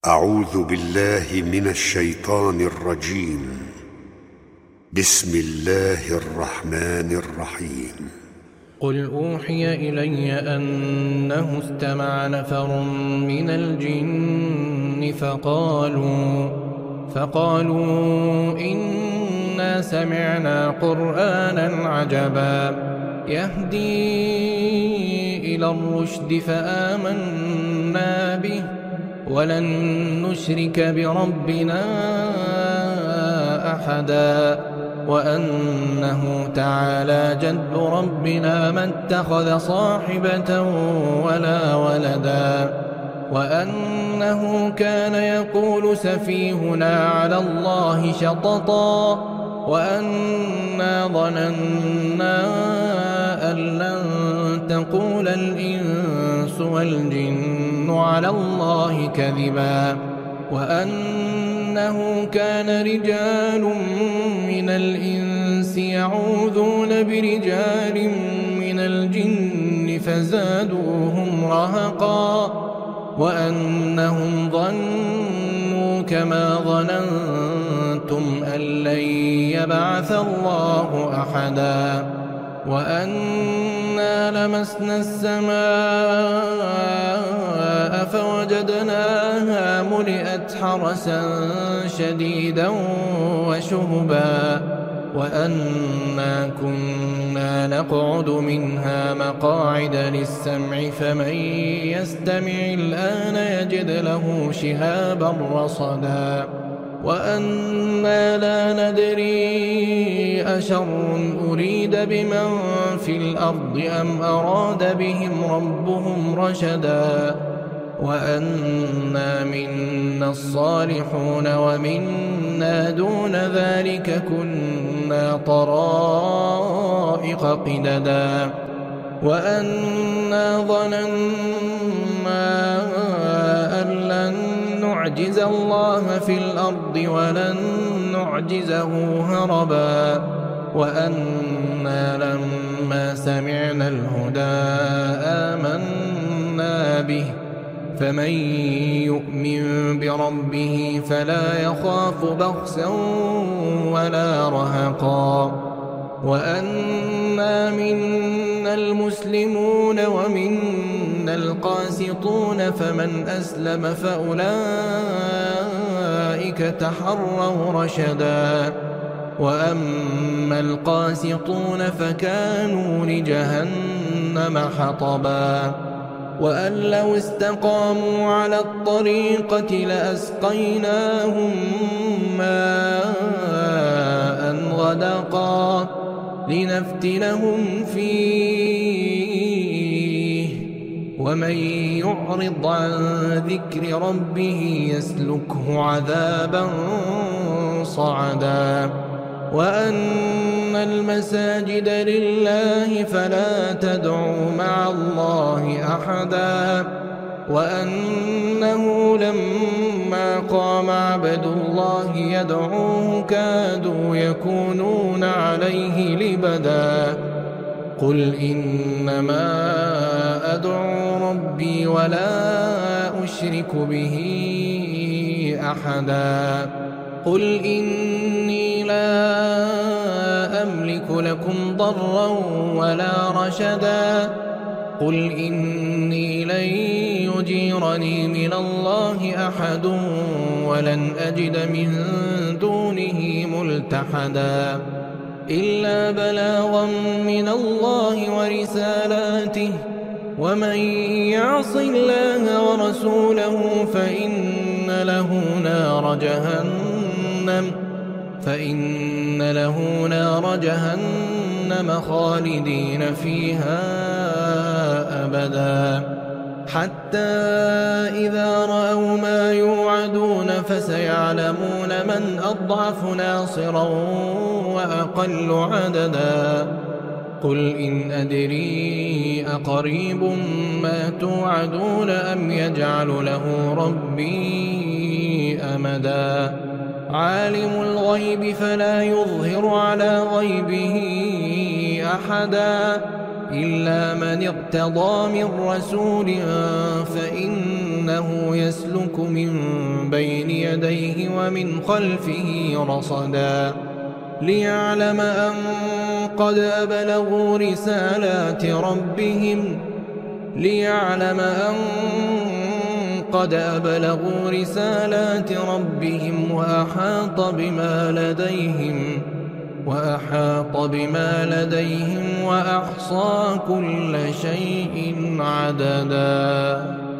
أعوذ بالله من الشيطان الرجيم. بسم الله الرحمن الرحيم. قل أوحي إلي أنه استمع نفر من الجن فقالوا إنا سمعنا قرآنا عجبا يهدي إلى الرشد فآمنا به ولن نشرك بربنا أحدا وأنه تعالى جد ربنا ما اتخذ صاحبة ولا ولدا وأنه كان يقول سفيهنا على الله شططا وأنا ظننا أن لن تقول الإنس والجن على الله كذبا وأنه كان رجال من الإنس يعوذون برجال من الجن فزادوهم رهقا وأنهم ظنوا كما ظننتم أن لن يبعث الله أحدا وأنا لمسنا السماء فوجدناها ملئت حرسا شديدا وشهبا وأنا كنا نقعد منها مقاعد للسمع فمن يستمع الآن يجد له شهابا رصدا وأنا لا ندري أشر أريد بمن في الأرض أم أراد بهم ربهم رشدا وأنا منا الصالحون ومنا دون ذلك كنا طرائق قددا وأنا ظننا أن لن نعجز الله في الأرض ولن نعجزه هربا وأنا لما سمعنا الهدى آمنا به فمن يؤمن بربه فلا يخاف بخسا ولا رهقا وأنا منا المسلمون ومنا القاسطون فمن أسلم فأولئك تحروا رشدا وأما القاسطون فكانوا لجهنم حطبا وأن لو استقاموا على الطريقة لأسقيناهم ماء غدقا لنفتنهم فيه ومن يعرض عن ذكر ربه يسلكه عذابا صعدا وأن المساجد لله فلا تدعوا مع الله أحدا وأنه لما قام عبد الله يدعوه كادوا يكونون عليه لبدا قل إنما أدعو ربي ولا أشرك به أحدا قل إني لا أملك لكم ضرا ولا رشدا قل إني لن يجيرني من الله أحد ولن أجد من دونه ملتحدا إلا بلاغا من الله ورسالاته ومن يعص الله ورسوله فإن له نار جهنم خالدين فيها أبدا حتى إذا رأوا ما يوعدون فسيعلمون من أضعف ناصرا وأقل عددا قل إن أدري أقريب ما توعدون أم يجعل له ربي أمدا عالم الغيب فلا يظهر على غيبه أحدا إلا من ارتضى من رسول فإنه يسلك من بين يديه ومن خلفه رصدا ليعلم أن قد أبلغوا رسالات ربهم وأحاط بما لديهم وأحصى كل شيء عددا.